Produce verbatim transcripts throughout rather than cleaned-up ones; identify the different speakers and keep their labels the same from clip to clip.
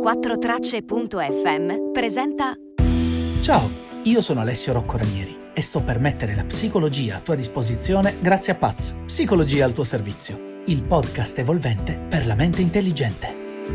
Speaker 1: quattro tracce punto effe emme presenta.
Speaker 2: Ciao, io sono Alessio Rocco Ranieri e sto per mettere la psicologia a tua disposizione grazie a Paz, Psicologia al tuo servizio, il podcast evolvente per la mente intelligente.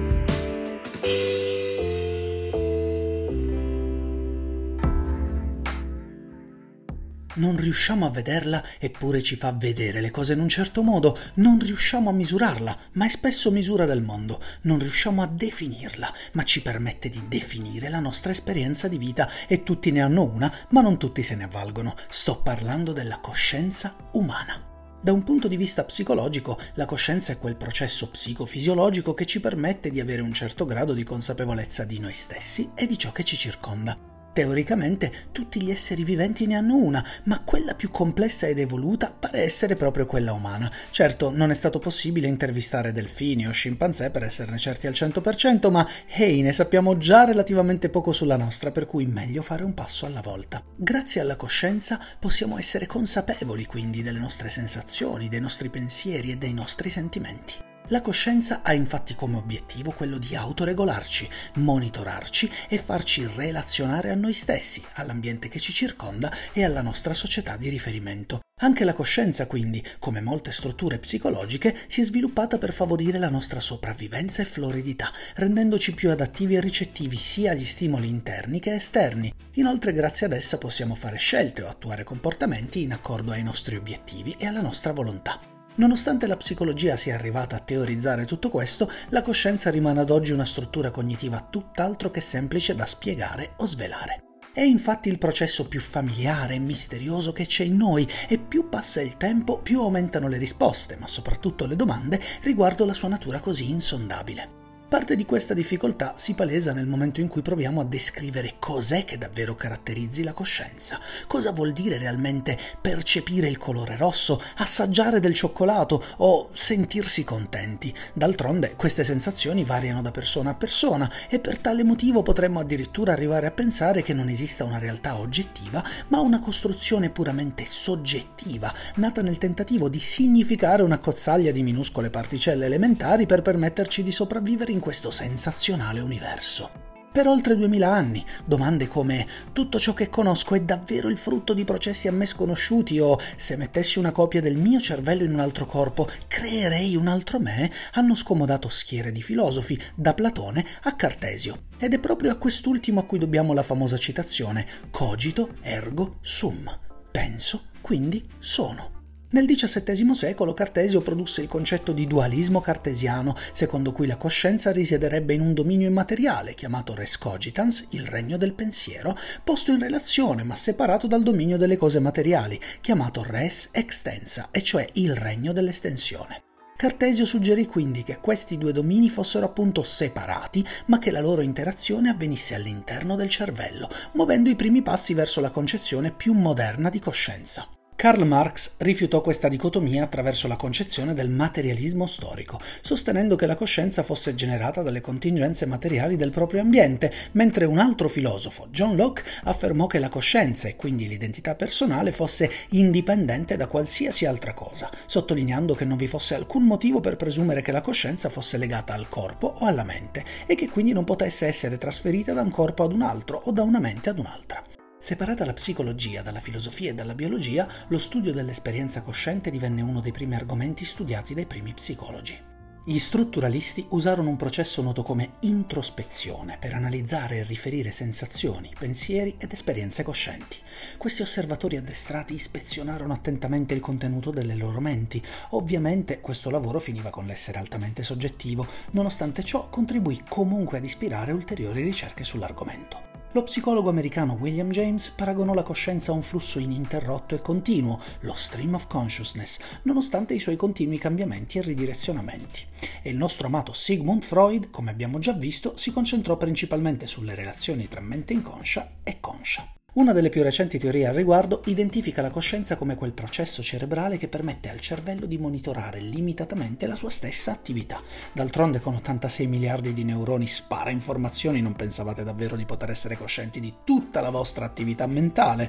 Speaker 2: Non riusciamo a vederla, eppure ci fa vedere le cose in un certo modo. Non riusciamo a misurarla, ma è spesso misura del mondo. Non riusciamo a definirla, ma ci permette di definire la nostra esperienza di vita, e tutti ne hanno una, ma non tutti se ne avvalgono. Sto parlando della coscienza umana. Da un punto di vista psicologico, la coscienza è quel processo psicofisiologico che ci permette di avere un certo grado di consapevolezza di noi stessi e di ciò che ci circonda. Teoricamente tutti gli esseri viventi ne hanno una, ma quella più complessa ed evoluta pare essere proprio quella umana. Certo, non è stato possibile intervistare delfini o scimpanzé per esserne certi al cento per cento, ma hey, ne sappiamo già relativamente poco sulla nostra, per cui meglio fare un passo alla volta. Grazie alla coscienza possiamo essere consapevoli quindi delle nostre sensazioni, dei nostri pensieri e dei nostri sentimenti. La coscienza ha infatti come obiettivo quello di autoregolarci, monitorarci e farci relazionare a noi stessi, all'ambiente che ci circonda e alla nostra società di riferimento. Anche la coscienza, quindi, come molte strutture psicologiche, si è sviluppata per favorire la nostra sopravvivenza e floridità, rendendoci più adattivi e ricettivi sia agli stimoli interni che esterni. Inoltre, grazie ad essa possiamo fare scelte o attuare comportamenti in accordo ai nostri obiettivi e alla nostra volontà. Nonostante la psicologia sia arrivata a teorizzare tutto questo, la coscienza rimane ad oggi una struttura cognitiva tutt'altro che semplice da spiegare o svelare. È infatti il processo più familiare e misterioso che c'è in noi, e più passa il tempo più aumentano le risposte, ma soprattutto le domande riguardo la sua natura così insondabile. Parte di questa difficoltà si palesa nel momento in cui proviamo a descrivere cos'è che davvero caratterizzi la coscienza. Cosa vuol dire realmente percepire il colore rosso, assaggiare del cioccolato o sentirsi contenti? D'altronde queste sensazioni variano da persona a persona, e per tale motivo potremmo addirittura arrivare a pensare che non esista una realtà oggettiva, ma una costruzione puramente soggettiva, nata nel tentativo di significare una cozzaglia di minuscole particelle elementari per permetterci di sopravvivere in questo sensazionale universo. Per oltre duemila anni, domande come «tutto ciò che conosco è davvero il frutto di processi a me sconosciuti» o «se mettessi una copia del mio cervello in un altro corpo, creerei un altro me?» hanno scomodato schiere di filosofi, da Platone a Cartesio. Ed è proprio a quest'ultimo a cui dobbiamo la famosa citazione «cogito ergo sum», penso, quindi sono. Nel diciassettesimo secolo Cartesio produsse il concetto di dualismo cartesiano, secondo cui la coscienza risiederebbe in un dominio immateriale, chiamato res cogitans, il regno del pensiero, posto in relazione ma separato dal dominio delle cose materiali, chiamato res extensa, e cioè il regno dell'estensione. Cartesio suggerì quindi che questi due domini fossero appunto separati, ma che la loro interazione avvenisse all'interno del cervello, muovendo i primi passi verso la concezione più moderna di coscienza. Karl Marx rifiutò questa dicotomia attraverso la concezione del materialismo storico, sostenendo che la coscienza fosse generata dalle contingenze materiali del proprio ambiente, mentre un altro filosofo, John Locke, affermò che la coscienza e quindi l'identità personale fosse indipendente da qualsiasi altra cosa, sottolineando che non vi fosse alcun motivo per presumere che la coscienza fosse legata al corpo o alla mente, e che quindi non potesse essere trasferita da un corpo ad un altro o da una mente ad un'altra. Separata la psicologia dalla filosofia e dalla biologia, lo studio dell'esperienza cosciente divenne uno dei primi argomenti studiati dai primi psicologi. Gli strutturalisti usarono un processo noto come introspezione per analizzare e riferire sensazioni, pensieri ed esperienze coscienti. Questi osservatori addestrati ispezionarono attentamente il contenuto delle loro menti. Ovviamente questo lavoro finiva con l'essere altamente soggettivo, nonostante ciò contribuì comunque ad ispirare ulteriori ricerche sull'argomento. Lo psicologo americano William James paragonò la coscienza a un flusso ininterrotto e continuo, lo stream of consciousness, nonostante i suoi continui cambiamenti e ridirezionamenti. E il nostro amato Sigmund Freud, come abbiamo già visto, si concentrò principalmente sulle relazioni tra mente inconscia e conscia. Una delle più recenti teorie al riguardo identifica la coscienza come quel processo cerebrale che permette al cervello di monitorare limitatamente la sua stessa attività. D'altronde, con ottantasei miliardi di neuroni spara informazioni, non pensavate davvero di poter essere coscienti di tutta la vostra attività mentale?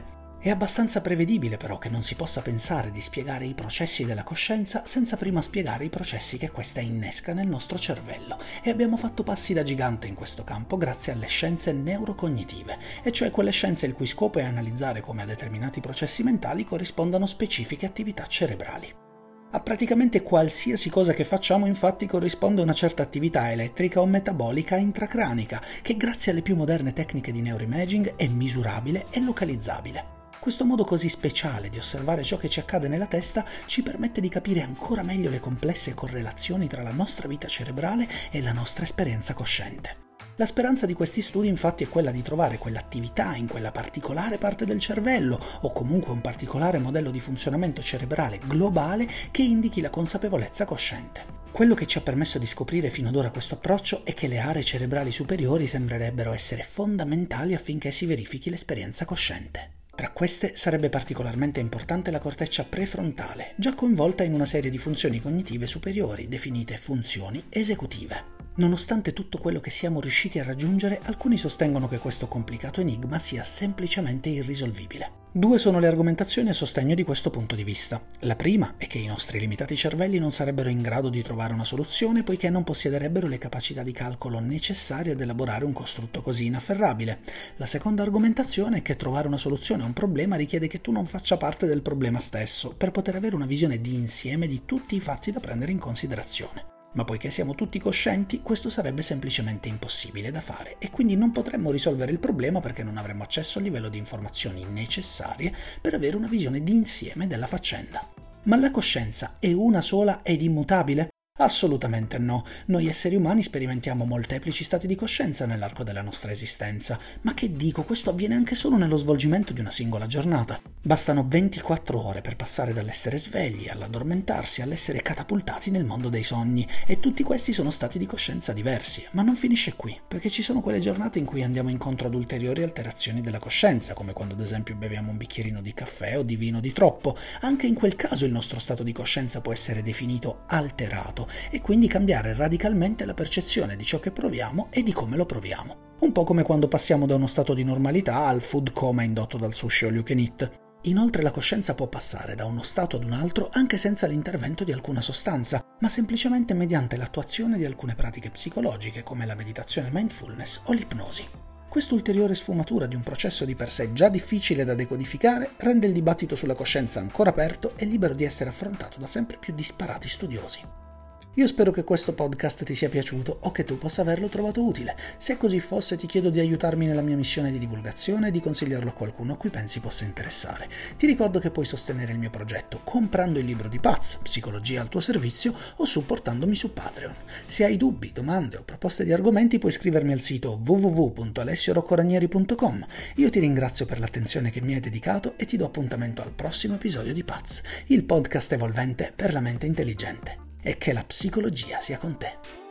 Speaker 2: È abbastanza prevedibile però che non si possa pensare di spiegare i processi della coscienza senza prima spiegare i processi che questa innesca nel nostro cervello, e abbiamo fatto passi da gigante in questo campo grazie alle scienze neurocognitive, e cioè quelle scienze il cui scopo è analizzare come a determinati processi mentali corrispondano specifiche attività cerebrali. A praticamente qualsiasi cosa che facciamo infatti corrisponde una certa attività elettrica o metabolica intracranica che grazie alle più moderne tecniche di neuroimaging è misurabile e localizzabile. Questo modo così speciale di osservare ciò che ci accade nella testa ci permette di capire ancora meglio le complesse correlazioni tra la nostra vita cerebrale e la nostra esperienza cosciente. La speranza di questi studi infatti è quella di trovare quell'attività in quella particolare parte del cervello o comunque un particolare modello di funzionamento cerebrale globale che indichi la consapevolezza cosciente. Quello che ci ha permesso di scoprire fino ad ora questo approccio è che le aree cerebrali superiori sembrerebbero essere fondamentali affinché si verifichi l'esperienza cosciente. Tra queste sarebbe particolarmente importante la corteccia prefrontale, già coinvolta in una serie di funzioni cognitive superiori, definite funzioni esecutive. Nonostante tutto quello che siamo riusciti a raggiungere, alcuni sostengono che questo complicato enigma sia semplicemente irrisolvibile. Due sono le argomentazioni a sostegno di questo punto di vista. La prima è che i nostri limitati cervelli non sarebbero in grado di trovare una soluzione poiché non possederebbero le capacità di calcolo necessarie ad elaborare un costrutto così inafferrabile. La seconda argomentazione è che trovare una soluzione a un problema richiede che tu non faccia parte del problema stesso per poter avere una visione di insieme di tutti i fatti da prendere in considerazione. Ma poiché siamo tutti coscienti, questo sarebbe semplicemente impossibile da fare e quindi non potremmo risolvere il problema perché non avremmo accesso al livello di informazioni necessarie per avere una visione d'insieme della faccenda. Ma la coscienza è una sola ed immutabile? Assolutamente no. Noi esseri umani sperimentiamo molteplici stati di coscienza nell'arco della nostra esistenza, ma che dico, questo avviene anche solo nello svolgimento di una singola giornata. Bastano ventiquattro ore per passare dall'essere svegli all'addormentarsi all'essere catapultati nel mondo dei sogni, e tutti questi sono stati di coscienza diversi, ma non finisce qui, perché ci sono quelle giornate in cui andiamo incontro ad ulteriori alterazioni della coscienza, come quando ad esempio beviamo un bicchierino di caffè o di vino di troppo. Anche in quel caso il nostro stato di coscienza può essere definito alterato e quindi cambiare radicalmente la percezione di ciò che proviamo e di come lo proviamo. Un po' come quando passiamo da uno stato di normalità al food coma indotto dal sushi all you can eat. Inoltre la coscienza può passare da uno stato ad un altro anche senza l'intervento di alcuna sostanza, ma semplicemente mediante l'attuazione di alcune pratiche psicologiche come la meditazione mindfulness o l'ipnosi. Quest'ulteriore sfumatura di un processo di per sé già difficile da decodificare rende il dibattito sulla coscienza ancora aperto e libero di essere affrontato da sempre più disparati studiosi. Io spero che questo podcast ti sia piaciuto o che tu possa averlo trovato utile. Se così fosse, ti chiedo di aiutarmi nella mia missione di divulgazione e di consigliarlo a qualcuno a cui pensi possa interessare. Ti ricordo che puoi sostenere il mio progetto comprando il libro di Paz, Psicologia al tuo servizio, o supportandomi su Patreon. Se hai dubbi, domande o proposte di argomenti, puoi scrivermi al sito w w w punto alessio rocco ranieri punto com. Io ti ringrazio per l'attenzione che mi hai dedicato e ti do appuntamento al prossimo episodio di Paz, il podcast evolvente per la mente intelligente. E che la psicologia sia con te.